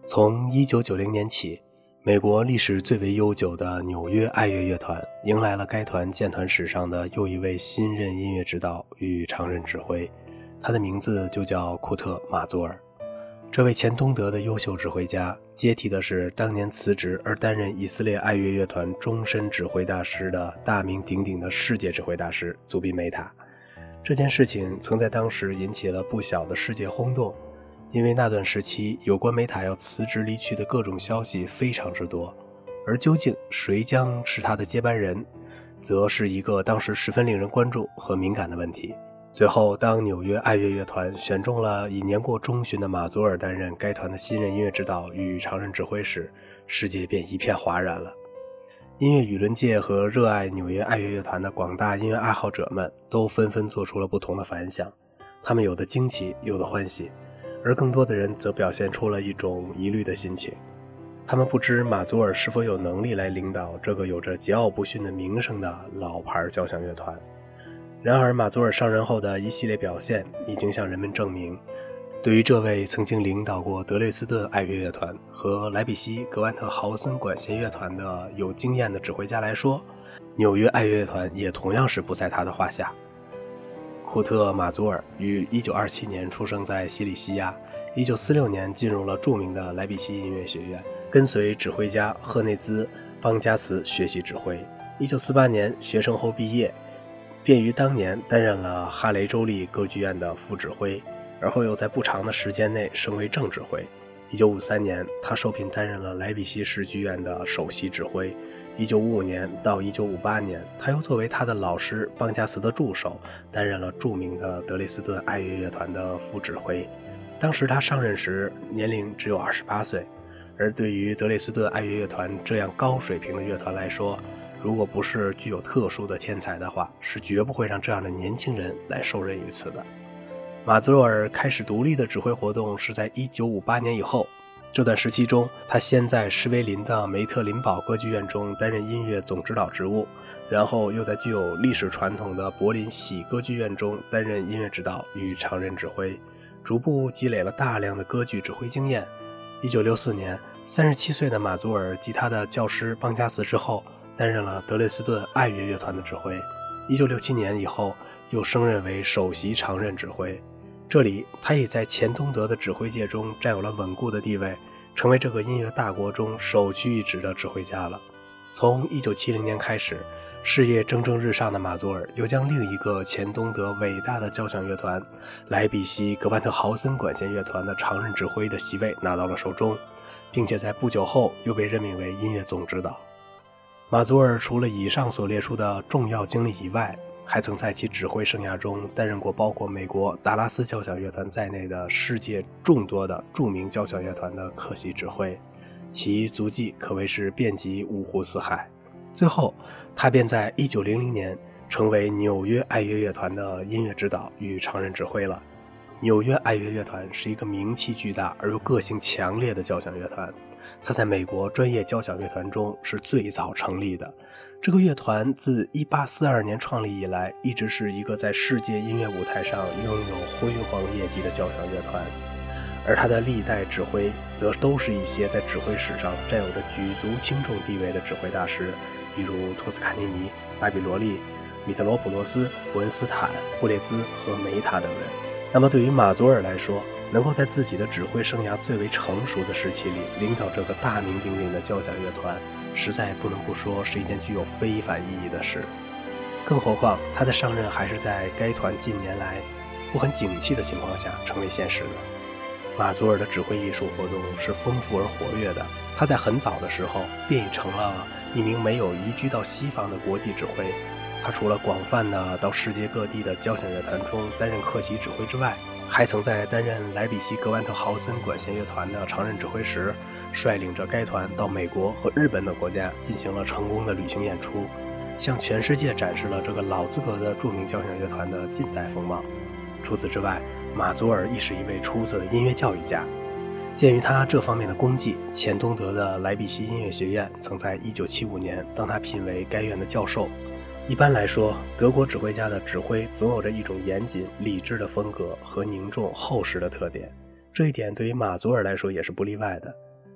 从1990年起，美国历史最为悠久的纽约爱乐乐团迎来了该团建团史上的又一位新任音乐指导与常任指挥，他的名字就叫库特·马祖尔。这位前东德的优秀指挥家接替的是当年辞职而担任以色列爱乐乐团终身指挥大师的大名鼎鼎的世界指挥大师祖比梅塔。这件事情曾在当时引起了不小的世界轰动，因为那段时期有关梅塔要辞职离去的各种消息非常之多，而究竟谁将是他的接班人，则是一个当时十分令人关注和敏感的问题。最后，当纽约爱乐乐团选中了已年过中旬的马祖尔担任该团的新任音乐指导与常任指挥时，世界便一片哗然了。音乐舆论界和热爱纽约爱乐乐团的广大音乐爱好者们都纷纷做出了不同的反响，他们有的惊奇，有的欢喜，而更多的人则表现出了一种疑虑的心情。他们不知马祖尔是否有能力来领导这个有着桀骜不驯的名声的老牌交响乐团。然而马祖尔上任后的一系列表现已经向人们证明，对于这位曾经领导过德累斯顿爱乐乐团和莱比锡格万特豪森管弦乐团的有经验的指挥家来说，纽约爱乐乐团也同样是不在他的话下。库特·马祖尔于1927年出生在西里西亚，1946年进入了著名的莱比锡音乐学院，跟随指挥家赫内兹·邦加茨学习指挥。1948年学成后毕业，便于当年担任了哈雷州立歌剧院的副指挥，而后又在不长的时间内升为正指挥。1953年，他受聘担任了莱比锡市剧院的首席指挥。1955年到1958年，他又作为他的老师邦加茨的助手，担任了著名的德累斯顿爱乐乐团的副指挥。当时他上任时年龄只有28岁，而对于德累斯顿爱乐乐团这样高水平的乐团来说，如果不是具有特殊的天才的话，是绝不会让这样的年轻人来受任于此的。马祖尔开始独立的指挥活动是在1958年以后，这段时期中，他先在施维林的梅特林堡歌剧院中担任音乐总指导职务，然后又在具有历史传统的柏林喜歌剧院中担任音乐指导与常任指挥，逐步积累了大量的歌剧指挥经验。1964年，37岁的马祖尔继他的教师邦加茨之后，担任了德累斯顿爱乐乐团的指挥。1967年以后，又升任为首席常任指挥。这里，他也在前东德的指挥界中占有了稳固的地位，成为这个音乐大国中首屈一指的指挥家了。从1970年开始，事业蒸蒸日上的马祖尔又将另一个前东德伟大的交响乐团莱比锡格万特豪森管弦乐团的常任指挥的席位拿到了手中，并且在不久后又被任命为音乐总指导。马祖尔除了以上所列出的重要经历以外，还曾在其指挥生涯中担任过包括美国达拉斯交响乐团在内的世界众多的著名交响乐团的客席指挥，其足迹可谓是遍及五湖四海。最后，他便在1900年成为纽约爱乐乐团的音乐指导与常任指挥了。纽约爱乐乐团是一个名气巨大而又个性强烈的交响乐团，它在美国专业交响乐团中是最早成立的。这个乐团自1842年创立以来，一直是一个在世界音乐舞台上拥有辉煌业绩的交响乐团，而他的历代指挥则都是一些在指挥史上占有着举足轻重地位的指挥大师，比如托斯卡尼尼、巴比罗利、米特罗普罗斯、伯恩斯坦、布列兹和梅塔等人。那么对于马祖尔来说，能够在自己的指挥生涯最为成熟的时期里领导这个大名鼎鼎的交响乐团，实在不能不说是一件具有非凡意义的事。更何况他的上任还是在该团近年来不很景气的情况下成为现实的。马祖尔的指挥艺术活动是丰富而活跃的，他在很早的时候便已成了一名没有移居到西方的国际指挥。他除了广泛的到世界各地的交响乐团中担任客席指挥之外，还曾在担任莱比锡格万特豪森管弦乐团的常任指挥时，率领着该团到美国和日本等国家进行了成功的旅行演出，向全世界展示了这个老资格的著名交响乐团的近代风貌。除此之外，马祖尔亦是一位出色的音乐教育家。鉴于他这方面的功绩，前东德的莱比锡音乐学院曾在1975年当他聘为该院的教授。一般来说，德国指挥家的指挥总有着一种严谨、理智的风格和凝重、厚实的特点，这一点对于马祖尔来说也是不例外的。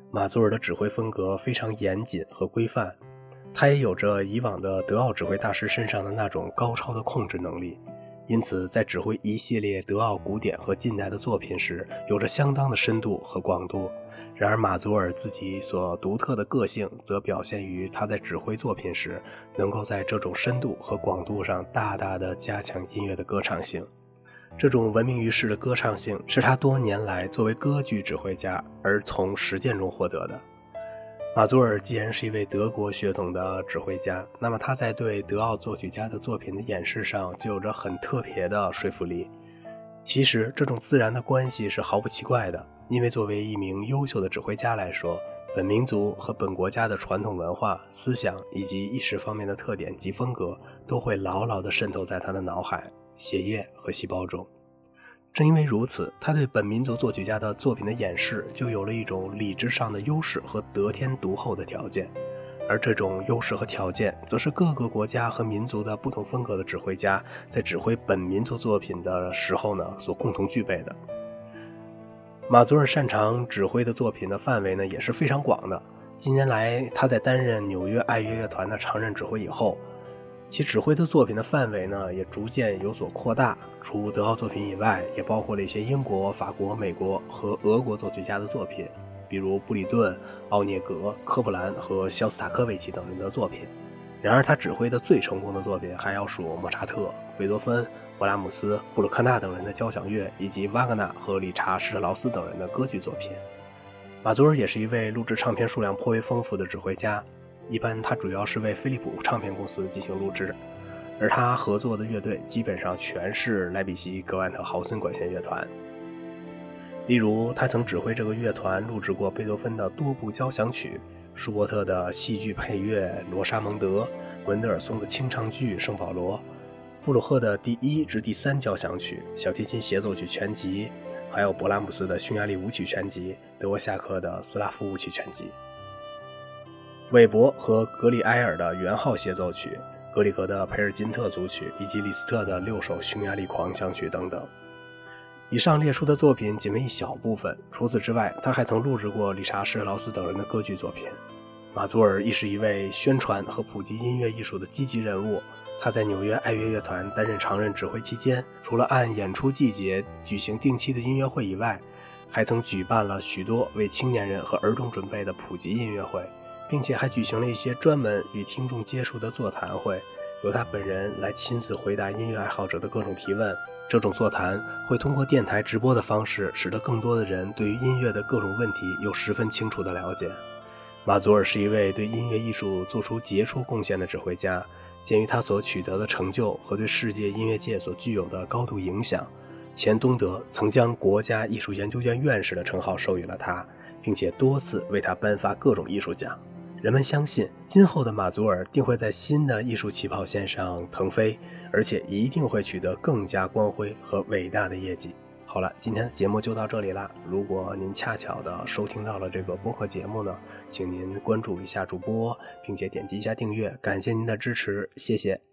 马祖尔的指挥风格非常严谨和规范，他也有着以往的德奥指挥大师身上的那种高超的控制能力，因此在指挥一系列德奥古典和近代的作品时，有着相当的深度和广度。然而马祖尔自己所独特的个性则表现于他在指挥作品时，能够在这种深度和广度上大大的加强音乐的歌唱性。这种闻名于世的歌唱性是他多年来作为歌剧指挥家而从实践中获得的。马祖尔既然是一位德国血统的指挥家，那么他在对德奥作曲家的作品的演示上就有着很特别的说服力。其实这种自然的关系是毫不奇怪的，因为作为一名优秀的指挥家来说，本民族和本国家的传统文化、思想以及意识方面的特点及风格都会牢牢地渗透在他的脑海、血液和细胞中。正因为如此，他对本民族作曲家的作品的演示就有了一种理智上的优势和得天独厚的条件，而这种优势和条件则是各个国家和民族的不同风格的指挥家在指挥本民族作品的时候所共同具备的。马祖尔擅长指挥的作品的范围也是非常广的。近年来他在担任纽约爱乐乐团的常任指挥以后，其指挥的作品的范围也逐渐有所扩大，除德奥作品以外，也包括了一些英国、法国、美国和俄国作曲家的作品，比如布里顿、奥涅格、科普兰和肖斯塔科维奇等人的作品。然而他指挥的最成功的作品还要数莫扎特、贝多芬、勃拉姆斯、布鲁克纳等人的交响乐，以及瓦格纳和理查施特劳斯等人的歌剧作品。马祖尔也是一位录制唱片数量颇为丰富的指挥家，一般他主要是为飞利浦唱片公司进行录制，而他合作的乐队基本上全是莱比锡格万特豪森管弦乐团。例如他曾指挥这个乐团录制过贝多芬的多部交响曲、舒伯特的戏剧配乐《罗莎蒙德》、文德尔松的清唱剧《圣保罗》、布鲁赫的第1至第3交响曲、小提琴协奏曲全集，还有勃拉姆斯的匈牙利舞曲全集、德沃夏克的斯拉夫舞曲全集、韦伯和格里埃尔的圆号协奏曲、格里格的培尔金特组曲，以及李斯特的6首匈牙利狂想曲等等。以上列出的作品仅为一小部分，除此之外，他还曾录制过理查施特劳斯等人的歌剧作品。马祖尔亦是一位宣传和普及音乐艺术的积极人物。他在纽约爱乐乐团担任常任指挥期间，除了按演出季节举行定期的音乐会以外，还曾举办了许多为青年人和儿童准备的普及音乐会，并且还举行了一些专门与听众接触的座谈会，由他本人来亲自回答音乐爱好者的各种提问。这种座谈会通过电台直播的方式，使得更多的人对于音乐的各种问题有十分清楚的了解。马祖尔是一位对音乐艺术做出杰出贡献的指挥家，鉴于他所取得的成就和对世界音乐界所具有的高度影响，钱东德曾将国家艺术研究院院士的称号授予了他，并且多次为他颁发各种艺术奖。人们相信今后的马祖尔定会在新的艺术起跑线上腾飞，而且一定会取得更加光辉和伟大的业绩。好了，今天的节目就到这里啦。如果您恰巧的收听到了这个播客节目请您关注一下主播，并且点击一下订阅，感谢您的支持，谢谢。